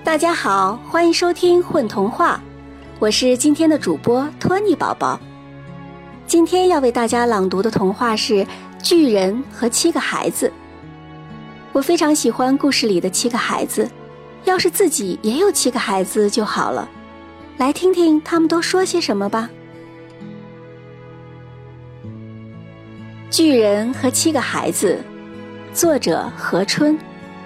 大家好，欢迎收听混童话，我是今天的主播托尼宝宝。今天要为大家朗读的童话是《巨人和7个孩子》。我非常喜欢故事里的7个孩子，要是自己也有7个孩子就好了。来听听他们都说些什么吧。巨人和7个孩子，作者何春。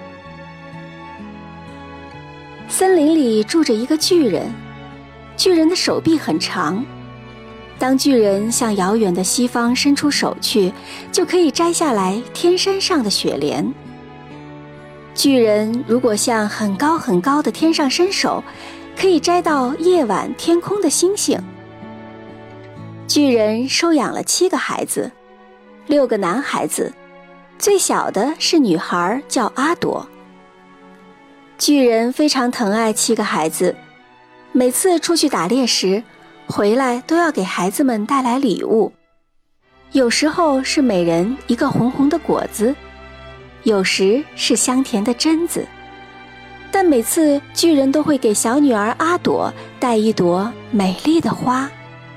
森林里住着一个巨人，巨人的手臂很长，当巨人向遥远的西方伸出手去，就可以摘下来天山上的雪莲。巨人如果向很高很高的天上伸手，可以摘到夜晚天空的星星。巨人收养了7个孩子，6个男孩子，最小的是女孩，叫阿朵。巨人非常疼爱7个孩子，每次出去打猎时，回来都要给孩子们带来礼物。有时候是每人一个红红的果子，有时是香甜的榛子，但每次巨人都会给小女儿阿朵带一朵美丽的花。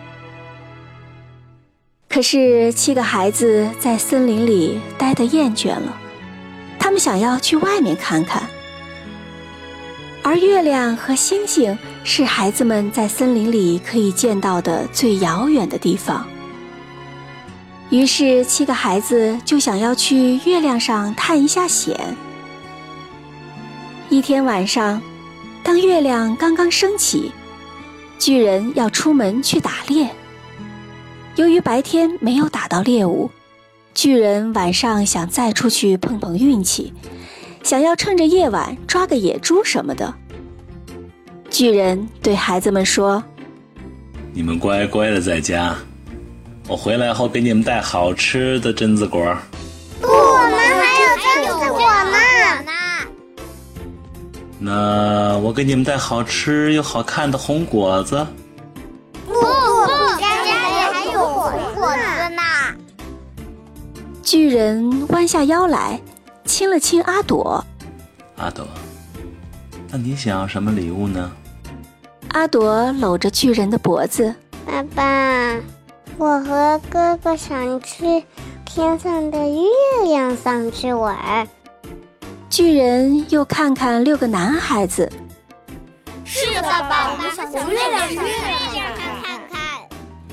可是7个孩子在森林里待得厌倦了，他们想要去外面看看。而月亮和星星是孩子们在森林里可以见到的最遥远的地方。于是7个孩子就想要去月亮上探一下险。一天晚上，当月亮刚刚升起，巨人要出门去打猎。由于白天没有打到猎物，巨人晚上想再出去碰碰运气，想要趁着夜晚抓个野猪什么的。巨人对孩子们说： 你们乖乖的在家，我回来后给你们带好吃的榛子果。 不，我们还有榛子果呢。 那我给你们带好吃又好看的红果子。 不，家里还有红果子呢。 巨人弯下腰来，亲了亲阿朵。 阿朵，那你想要什么礼物呢？ 阿朵搂着巨人的脖子。 爸爸，我和哥哥想去天上的月亮上去玩。 巨人又看看6个男孩子。 是的，爸爸，我们想从月亮上看。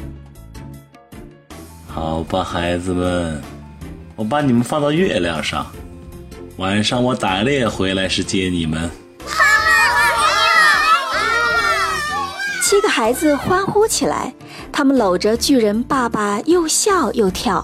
好吧，孩子们，我把你们放到月亮上，晚上我打猎回来时接你们。 7个孩子欢呼起来，他们搂着巨人爸爸又笑又跳。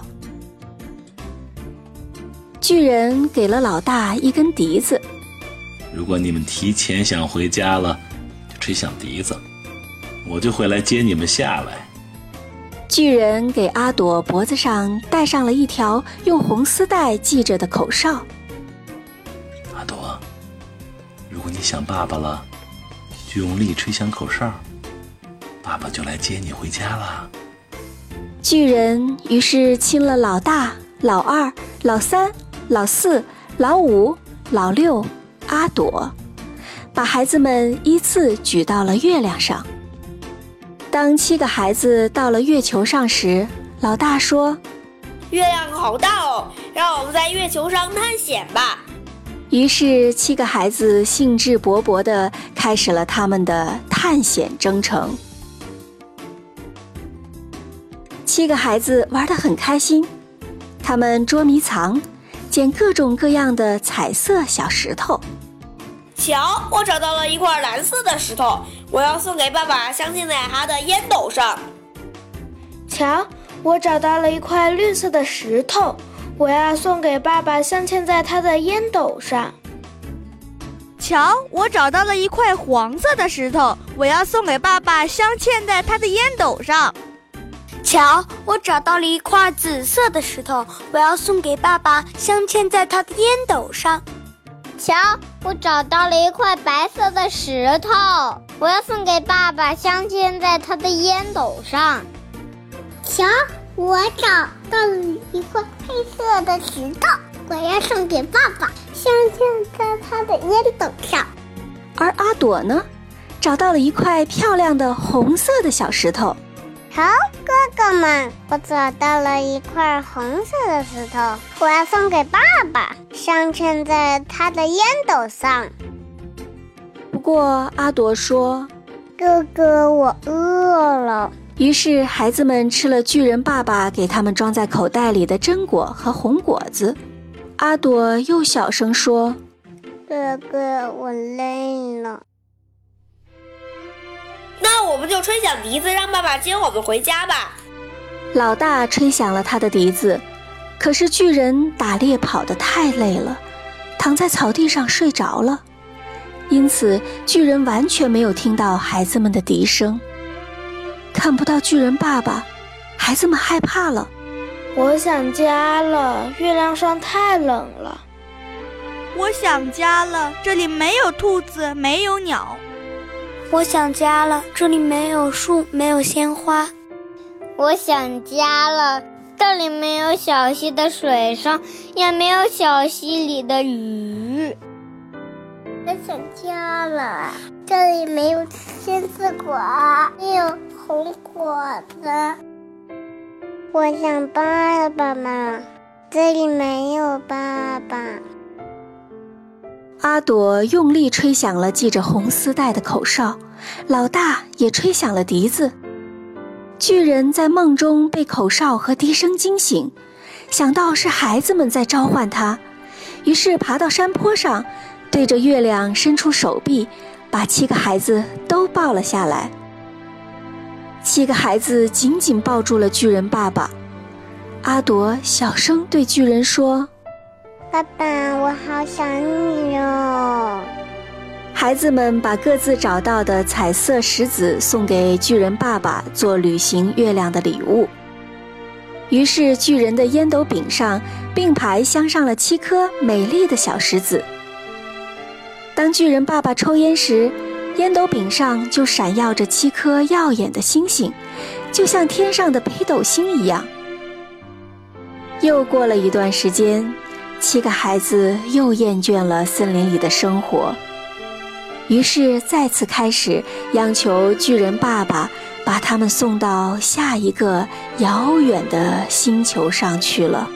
巨人给了老大一根笛子。 如果你们提前想回家了，就吹响笛子，我就会来接你们下来。 巨人给阿朵脖子上戴上了一条用红丝带系着的口哨。 阿朵，如果你想爸爸了，就用力吹响口哨，爸爸就来接你回家了。 巨人于是亲了老大、老二、老三、老四、老五、老六、阿朵，把孩子们依次举到了月亮上。当7个孩子到了月球上时，老大说： 月亮好大哦，让我们在月球上探险吧。 于是7个孩子兴致勃勃地开始了他们的探险征程。7个孩子玩得很开心，他们捉迷藏，捡各种各样的彩色小石头。 瞧，我找到了一块蓝色的石头，我要送给爸爸，镶嵌在他的烟斗上。 瞧，我找到了一块绿色的石头，我要送给爸爸，镶嵌在他的烟斗上。 瞧，我找到了一块黄色的石头，我要送给爸爸，镶嵌在他的烟斗上。 瞧，我找到了一块紫色的石头，我要送给爸爸，镶嵌在他的烟斗上。 瞧，我找到了一块白色的石头，我要送给爸爸，镶嵌在他的烟斗上。瞧，我找到了一块黑色的石头，我要送给爸爸，镶嵌在他的烟斗上。 而阿朵呢，找到了一块漂亮的红色的小石头。 好，哥哥们，我找到了一块红色的石头，我要送给爸爸，镶嵌在他的烟斗上。 不过阿朵说， 哥哥，我饿了。 于是孩子们吃了巨人爸爸给他们装在口袋里的榛果和红果子。阿朵又小声说， 哥哥，我累了。 那我们就吹响笛子，让爸爸接我们回家吧。 老大吹响了他的笛子，可是巨人打猎跑得太累了，躺在草地上睡着了，因此巨人完全没有听到孩子们的笛声。看不到巨人爸爸，孩子们害怕了。 我想家了，月亮上太冷了。 我想家了，这里没有兔子，没有鸟。 我想家了，这里没有树，没有鲜花。 我想家了，这里没有小溪的水声，也没有小溪里的鱼。我想家了，这里没有千丝果，没有红果子。我想爸爸嘛，这里没有爸爸。 阿朵用力吹响了系着红丝带的口哨，老大也吹响了笛子。巨人在梦中被口哨和笛声惊醒，想到是孩子们在召唤他，于是爬到山坡上，对着月亮伸出手臂，把7个孩子都抱了下来。7个孩子紧紧抱住了巨人爸爸。阿朵小声对巨人说， 爸爸，我好想你哟。 孩子们把各自找到的彩色石子送给巨人爸爸做旅行月亮的礼物。于是巨人的烟斗柄上并排镶上了7颗美丽的小石子。当巨人爸爸抽烟时，烟斗柄上就闪耀着7颗耀眼的星星，就像天上的北斗星一样。又过了一段时间，7个孩子又厌倦了森林里的生活，于是再次开始央求巨人爸爸把他们送到下一个遥远的星球上去了。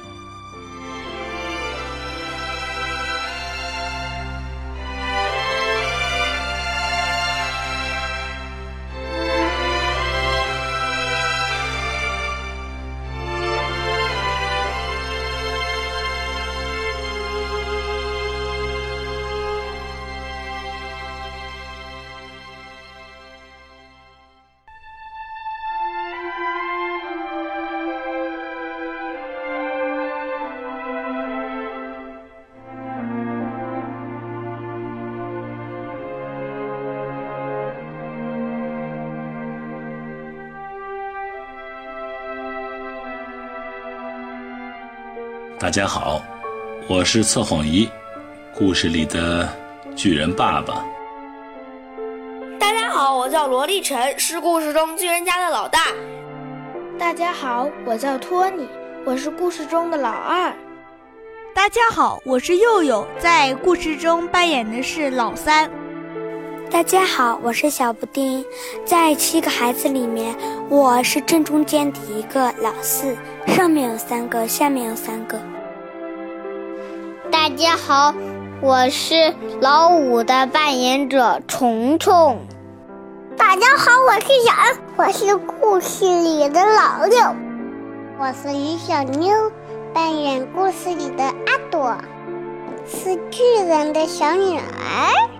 大家好，我是测谎仪，故事里的巨人爸爸。 大家好，我叫罗立晨，是故事中巨人家的老大。 大家好，我叫托尼，我是故事中的老二。 大家好，我是佑佑，在故事中扮演的是老三。 大家好，我是小布丁，在7个孩子里面，我是正中间的一个老四，上面有3个，下面有3个。 大家好，我是老五的扮演者虫虫。大家好，我是小安，我是故事里的老六。我是李小妞，扮演故事里的阿朵，是巨人的小女儿。